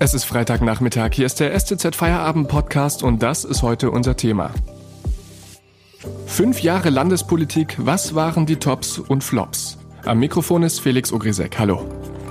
Es ist Freitagnachmittag, hier ist der STZ Feierabend Podcast und das ist heute unser Thema. 5 Jahre Landespolitik, was waren die Tops und Flops? Am Mikrofon ist Felix Ogrisek, hallo.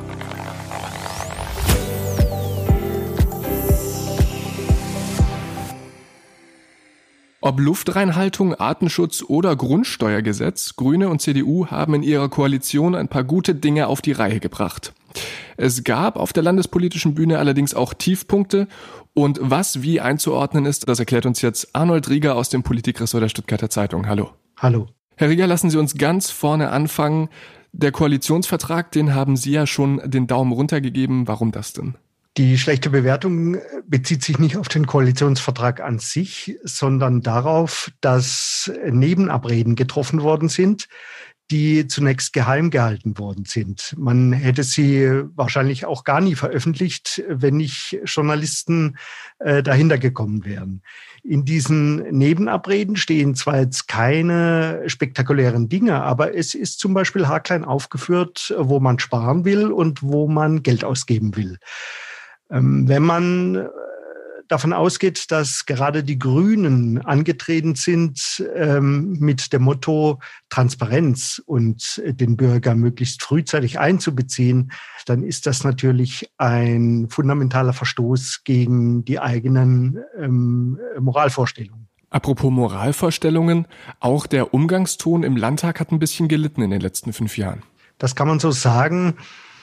Ob Luftreinhaltung, Artenschutz oder Grundsteuergesetz, Grüne und CDU haben in ihrer Koalition ein paar gute Dinge auf die Reihe gebracht. Es gab auf der landespolitischen Bühne allerdings auch Tiefpunkte und was wie einzuordnen ist, das erklärt uns jetzt Arnold Rieger aus dem Politikressort der Stuttgarter Zeitung. Hallo. Hallo. Herr Rieger, lassen Sie uns ganz vorne anfangen. Der Koalitionsvertrag, den haben Sie ja schon den Daumen runter gegeben. Warum das denn? Die schlechte Bewertung bezieht sich nicht auf den Koalitionsvertrag an sich, sondern darauf, dass Nebenabreden getroffen worden sind, die zunächst geheim gehalten worden sind. Man hätte sie wahrscheinlich auch gar nie veröffentlicht, wenn nicht Journalisten dahinter gekommen wären. In diesen Nebenabreden stehen zwar jetzt keine spektakulären Dinge, aber es ist zum Beispiel haarklein aufgeführt, wo man sparen will und wo man Geld ausgeben will. Wenn man davon ausgeht, dass gerade die Grünen angetreten sind mit dem Motto Transparenz und den Bürger möglichst frühzeitig einzubeziehen, dann ist das natürlich ein fundamentaler Verstoß gegen die eigenen Moralvorstellungen. Apropos Moralvorstellungen, auch der Umgangston im Landtag hat ein bisschen gelitten in den letzten 5 Jahren. Das kann man so sagen.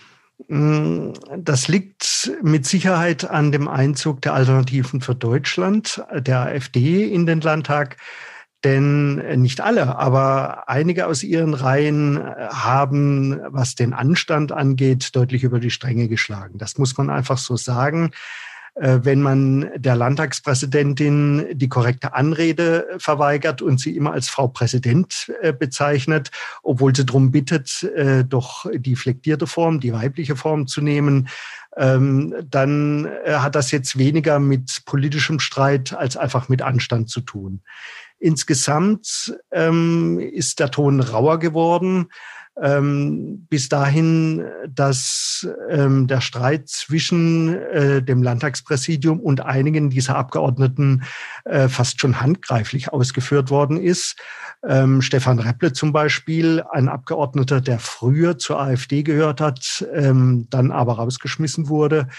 Das liegt mit Sicherheit an dem Einzug der Alternativen für Deutschland, der AfD, in den Landtag. Denn nicht alle, aber einige aus ihren Reihen haben, was den Anstand angeht, deutlich über die Stränge geschlagen. Das muss man einfach so sagen. Wenn man der Landtagspräsidentin die korrekte Anrede verweigert und sie immer als Frau Präsident bezeichnet, obwohl sie darum bittet, doch die flektierte Form, die weibliche Form zu nehmen, dann hat das jetzt weniger mit politischem Streit als einfach mit Anstand zu tun. Insgesamt ist der Ton rauer geworden. Bis dahin, dass der Streit zwischen dem Landtagspräsidium und einigen dieser Abgeordneten fast schon handgreiflich ausgeführt worden ist. Stefan Repple zum Beispiel, ein Abgeordneter, der früher zur AfD gehört hat, dann aber rausgeschmissen wurde,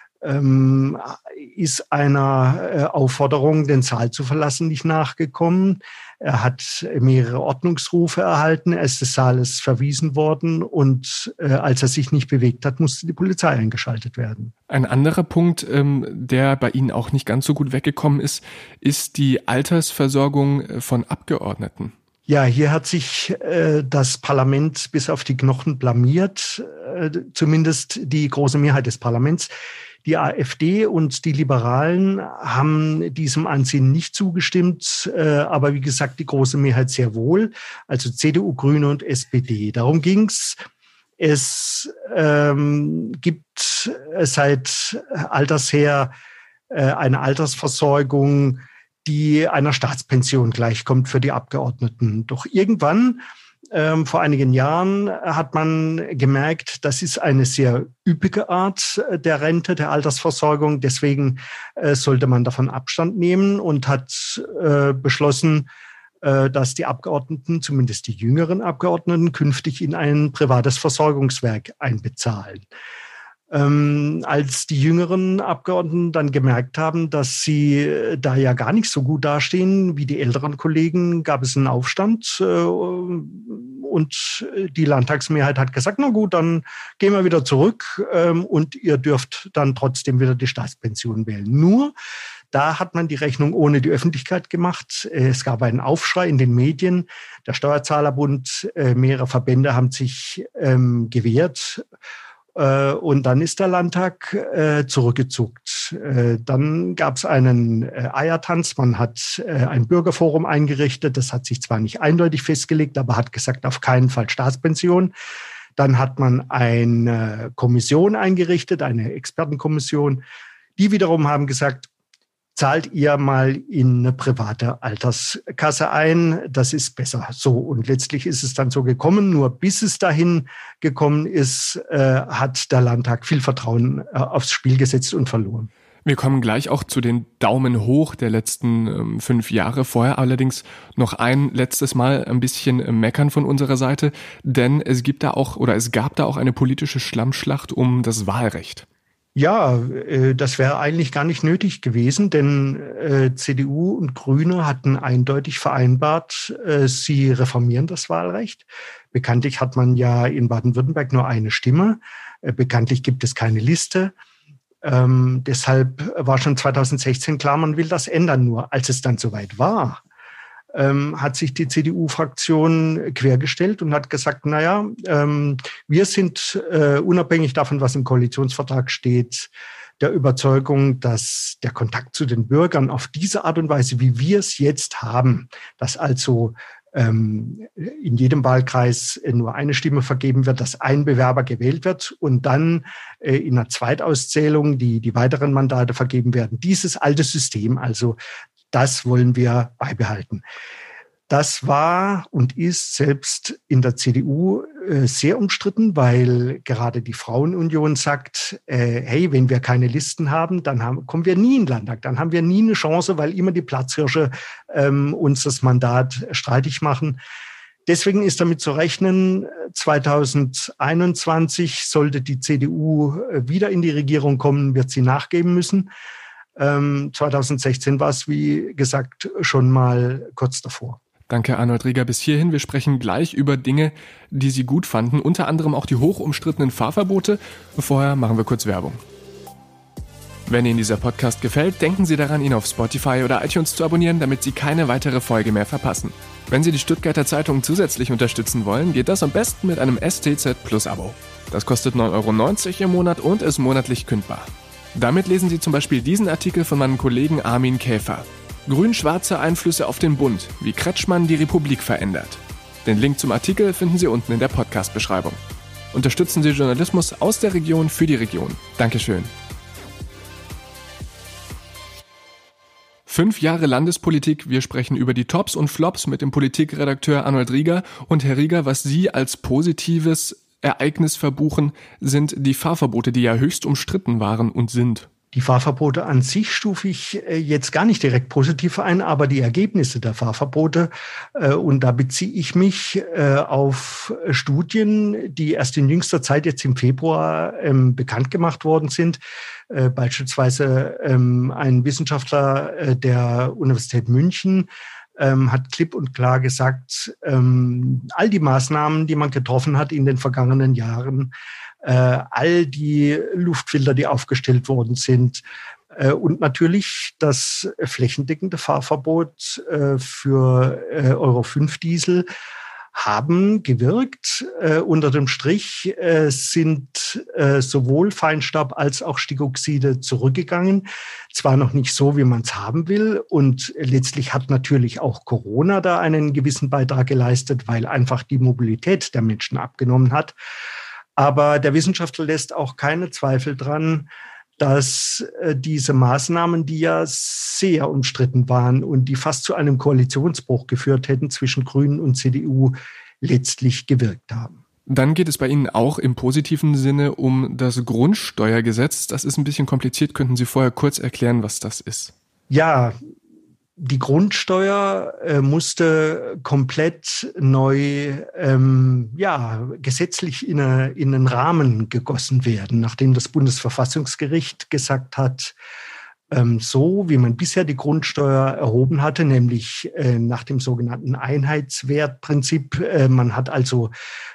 ist einer Aufforderung, den Saal zu verlassen, nicht nachgekommen. Er hat mehrere Ordnungsrufe erhalten, er ist des Saales verwiesen worden und als er sich nicht bewegt hat, musste die Polizei eingeschaltet werden. Ein anderer Punkt, der bei Ihnen auch nicht ganz so gut weggekommen ist, ist die Altersversorgung von Abgeordneten. Ja, hier hat sich das Parlament bis auf die Knochen blamiert, zumindest die große Mehrheit des Parlaments. Die AfD und die Liberalen haben diesem Ansinnen nicht zugestimmt, aber wie gesagt, die große Mehrheit sehr wohl, also CDU, Grüne und SPD. Darum ging's. Es gibt seit alters her eine Altersversorgung, die einer Staatspension gleichkommt für die Abgeordneten. Doch irgendwann, vor einigen Jahren, hat man gemerkt, das ist eine sehr üppige Art der Rente, der Altersversorgung. Deswegen sollte man davon Abstand nehmen und hat beschlossen, dass die Abgeordneten, zumindest die jüngeren Abgeordneten, künftig in ein privates Versorgungswerk einbezahlen. Als die jüngeren Abgeordneten dann gemerkt haben, dass sie da ja gar nicht so gut dastehen wie die älteren Kollegen, gab es einen Aufstand und die Landtagsmehrheit hat gesagt, na gut, dann gehen wir wieder zurück und ihr dürft dann trotzdem wieder die Staatspension wählen. Nur, da hat man die Rechnung ohne die Öffentlichkeit gemacht. Es gab einen Aufschrei in den Medien. Der Steuerzahlerbund, mehrere Verbände haben sich gewehrt. Und dann ist der Landtag zurückgezuckt. Dann gab es einen Eiertanz. Man hat ein Bürgerforum eingerichtet. Das hat sich zwar nicht eindeutig festgelegt, aber hat gesagt, auf keinen Fall Staatspension. Dann hat man eine Kommission eingerichtet, eine Expertenkommission. Die wiederum haben gesagt, zahlt ihr mal in eine private Alterskasse ein, das ist besser. So, und letztlich ist es dann so gekommen, nur bis es dahin gekommen ist, hat der Landtag viel Vertrauen aufs Spiel gesetzt und verloren. Wir kommen gleich auch zu den Daumen hoch der letzten 5 Jahre. Vorher allerdings noch ein letztes Mal ein bisschen meckern von unserer Seite, denn es gab da auch eine politische Schlammschlacht um das Wahlrecht. Ja, das wäre eigentlich gar nicht nötig gewesen, denn CDU und Grüne hatten eindeutig vereinbart, sie reformieren das Wahlrecht. Bekanntlich hat man ja in Baden-Württemberg nur eine Stimme. Bekanntlich gibt es keine Liste. Deshalb war schon 2016 klar, man will das ändern. Nur als es dann soweit war, hat sich die CDU-Fraktion quergestellt und hat gesagt, wir sind unabhängig davon, was im Koalitionsvertrag steht, der Überzeugung, dass der Kontakt zu den Bürgern auf diese Art und Weise, wie wir es jetzt haben, dass also in jedem Wahlkreis nur eine Stimme vergeben wird, dass ein Bewerber gewählt wird und dann in einer Zweitauszählung die weiteren Mandate vergeben werden. Dieses alte System, also das wollen wir beibehalten. Das war und ist selbst in der CDU sehr umstritten, weil gerade die Frauenunion sagt, hey, wenn wir keine Listen haben, dann kommen wir nie in den Landtag, dann haben wir nie eine Chance, weil immer die Platzhirsche uns das Mandat streitig machen. Deswegen ist damit zu rechnen, 2021 sollte die CDU wieder in die Regierung kommen, wird sie nachgeben müssen. 2016 war es, wie gesagt, schon mal kurz davor. Danke, Arnold Rieger. Bis hierhin. Wir sprechen gleich über Dinge, die Sie gut fanden, unter anderem auch die hoch umstrittenen Fahrverbote. Vorher machen wir kurz Werbung. Wenn Ihnen dieser Podcast gefällt, denken Sie daran, ihn auf Spotify oder iTunes zu abonnieren, damit Sie keine weitere Folge mehr verpassen. Wenn Sie die Stuttgarter Zeitung zusätzlich unterstützen wollen, geht das am besten mit einem STZ Plus Abo. Das kostet 9,90 € im Monat und ist monatlich kündbar. Damit lesen Sie zum Beispiel diesen Artikel von meinem Kollegen Armin Käfer. Grün-schwarze Einflüsse auf den Bund, wie Kretschmann die Republik verändert. Den Link zum Artikel finden Sie unten in der Podcast-Beschreibung. Unterstützen Sie Journalismus aus der Region für die Region. Dankeschön. 5 Jahre Landespolitik, wir sprechen über die Tops und Flops mit dem Politikredakteur Arnold Rieger. Und Herr Rieger, was Sie als positives Ereignis verbuchen, sind die Fahrverbote, die ja höchst umstritten waren und sind. Die Fahrverbote an sich stufe ich jetzt gar nicht direkt positiv ein, aber die Ergebnisse der Fahrverbote, und da beziehe ich mich auf Studien, die erst in jüngster Zeit jetzt im Februar bekannt gemacht worden sind. Beispielsweise ein Wissenschaftler der Universität München hat klipp und klar gesagt, all die Maßnahmen, die man getroffen hat in den vergangenen Jahren, all die Luftfilter, die aufgestellt worden sind, und natürlich das flächendeckende Fahrverbot für Euro 5 Diesel haben gewirkt. Unter dem Strich sind sowohl Feinstaub als auch Stickoxide zurückgegangen. Zwar noch nicht so, wie man es haben will. Und letztlich hat natürlich auch Corona da einen gewissen Beitrag geleistet, weil einfach die Mobilität der Menschen abgenommen hat. Aber der Wissenschaftler lässt auch keine Zweifel dran, dass diese Maßnahmen, die ja sehr umstritten waren und die fast zu einem Koalitionsbruch geführt hätten zwischen Grünen und CDU, letztlich gewirkt haben. Dann geht es bei Ihnen auch im positiven Sinne um das Grundsteuergesetz. Das ist ein bisschen kompliziert. Könnten Sie vorher kurz erklären, was das ist? Ja, die Grundsteuer musste komplett neu gesetzlich in einen Rahmen gegossen werden, nachdem das Bundesverfassungsgericht gesagt hat, so wie man bisher die Grundsteuer erhoben hatte, nämlich nach dem sogenannten Einheitswertprinzip. Man hat also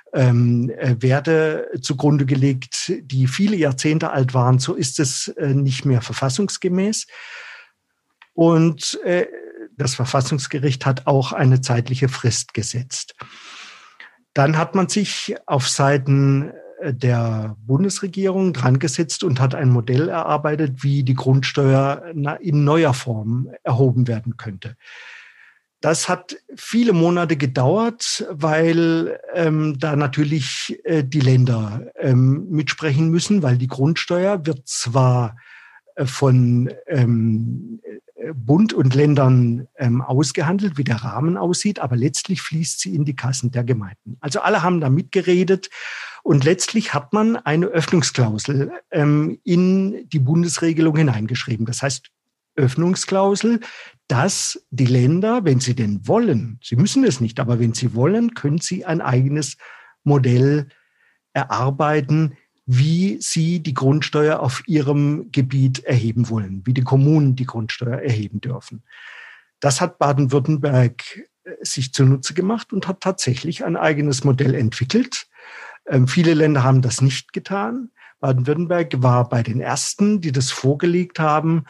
Werte zugrunde gelegt, die viele Jahrzehnte alt waren. So ist es nicht mehr verfassungsgemäß. Und das Verfassungsgericht hat auch eine zeitliche Frist gesetzt. Dann hat man sich auf Seiten der Bundesregierung dran gesetzt und hat ein Modell erarbeitet, wie die Grundsteuer in neuer Form erhoben werden könnte. Das hat viele Monate gedauert, weil da natürlich die Länder mitsprechen müssen, weil die Grundsteuer wird zwar von Bund und Ländern ausgehandelt, wie der Rahmen aussieht, aber letztlich fließt sie in die Kassen der Gemeinden. Also alle haben da mitgeredet und letztlich hat man eine Öffnungsklausel in die Bundesregelung hineingeschrieben. Das heißt, Öffnungsklausel, dass die Länder, wenn sie denn wollen, sie müssen es nicht, aber wenn sie wollen, können sie ein eigenes Modell erarbeiten, wie sie die Grundsteuer auf ihrem Gebiet erheben wollen, wie die Kommunen die Grundsteuer erheben dürfen. Das hat Baden-Württemberg sich zunutze gemacht und hat tatsächlich ein eigenes Modell entwickelt. Viele Länder haben das nicht getan. Baden-Württemberg war bei den ersten, die das vorgelegt haben.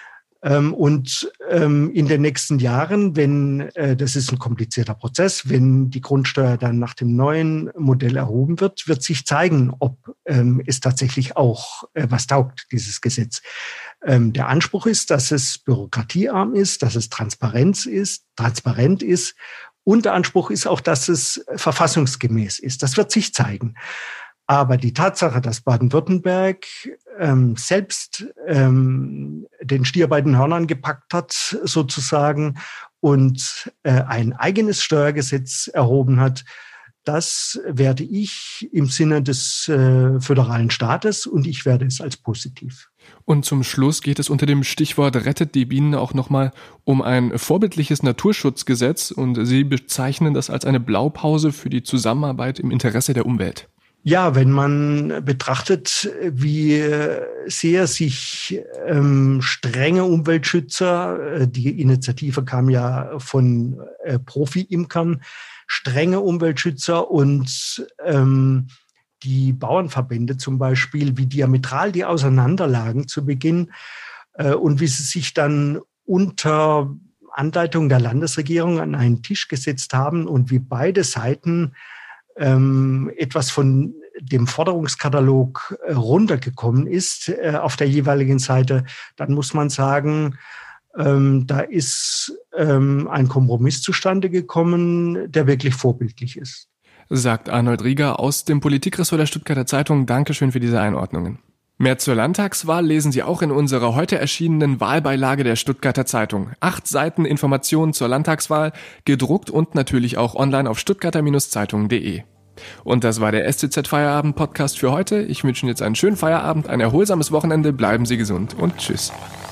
Und in den nächsten Jahren, das ist ein komplizierter Prozess, wenn die Grundsteuer dann nach dem neuen Modell erhoben wird, wird sich zeigen, ob es tatsächlich auch was taugt, dieses Gesetz. Der Anspruch ist, dass es bürokratiearm ist, dass es transparent ist. Und der Anspruch ist auch, dass es verfassungsgemäß ist. Das wird sich zeigen. Aber die Tatsache, dass Baden-Württemberg selbst den Stier bei den Hörnern gepackt hat, sozusagen, und ein eigenes Steuergesetz erhoben hat, das werde ich im Sinne des föderalen Staates und ich werde es als positiv. Und zum Schluss geht es unter dem Stichwort Rettet die Bienen auch nochmal um ein vorbildliches Naturschutzgesetz und Sie bezeichnen das als eine Blaupause für die Zusammenarbeit im Interesse der Umwelt. Ja, wenn man betrachtet, wie sehr sich strenge Umweltschützer, die Initiative kam ja von Profi-Imkern, strenge Umweltschützer und die Bauernverbände zum Beispiel, wie diametral die auseinanderlagen zu Beginn und wie sie sich dann unter Anleitung der Landesregierung an einen Tisch gesetzt haben und wie beide Seiten etwas von dem Forderungskatalog runtergekommen ist auf der jeweiligen Seite, dann muss man sagen, da ist ein Kompromiss zustande gekommen, der wirklich vorbildlich ist. Sagt Arnold Rieger aus dem Politikressort der Stuttgarter Zeitung. Dankeschön für diese Einordnungen. Mehr zur Landtagswahl lesen Sie auch in unserer heute erschienenen Wahlbeilage der Stuttgarter Zeitung. 8 Seiten Informationen zur Landtagswahl, gedruckt und natürlich auch online auf stuttgarter-zeitung.de. Und das war der STZ Feierabend Podcast für heute. Ich wünsche Ihnen jetzt einen schönen Feierabend, ein erholsames Wochenende, bleiben Sie gesund und tschüss.